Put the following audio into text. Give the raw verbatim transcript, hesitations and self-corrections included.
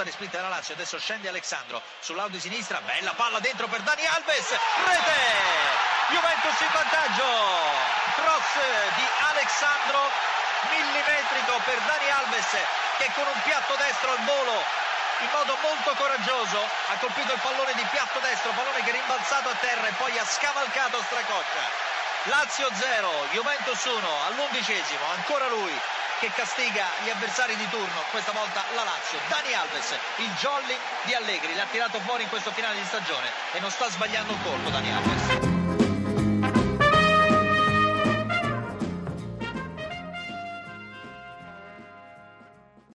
respinta della Lazio, adesso scende Alexandro sull'auto di sinistra, bella palla dentro per Dani Alves, rete, Juventus in vantaggio, cross di Alexandro, millimetrico per Dani Alves che con un piatto destro al volo in modo molto coraggioso ha colpito il pallone di piatto destro, pallone che è rimbalzato a terra e poi ha scavalcato Stracoccia. Lazio zero, Juventus uno all'undicesimo, ancora lui che castiga gli avversari di turno, questa volta la Lazio. Dani Alves, il jolly di Allegri, l'ha tirato fuori in questo finale di stagione e non sta sbagliando un colpo Dani Alves.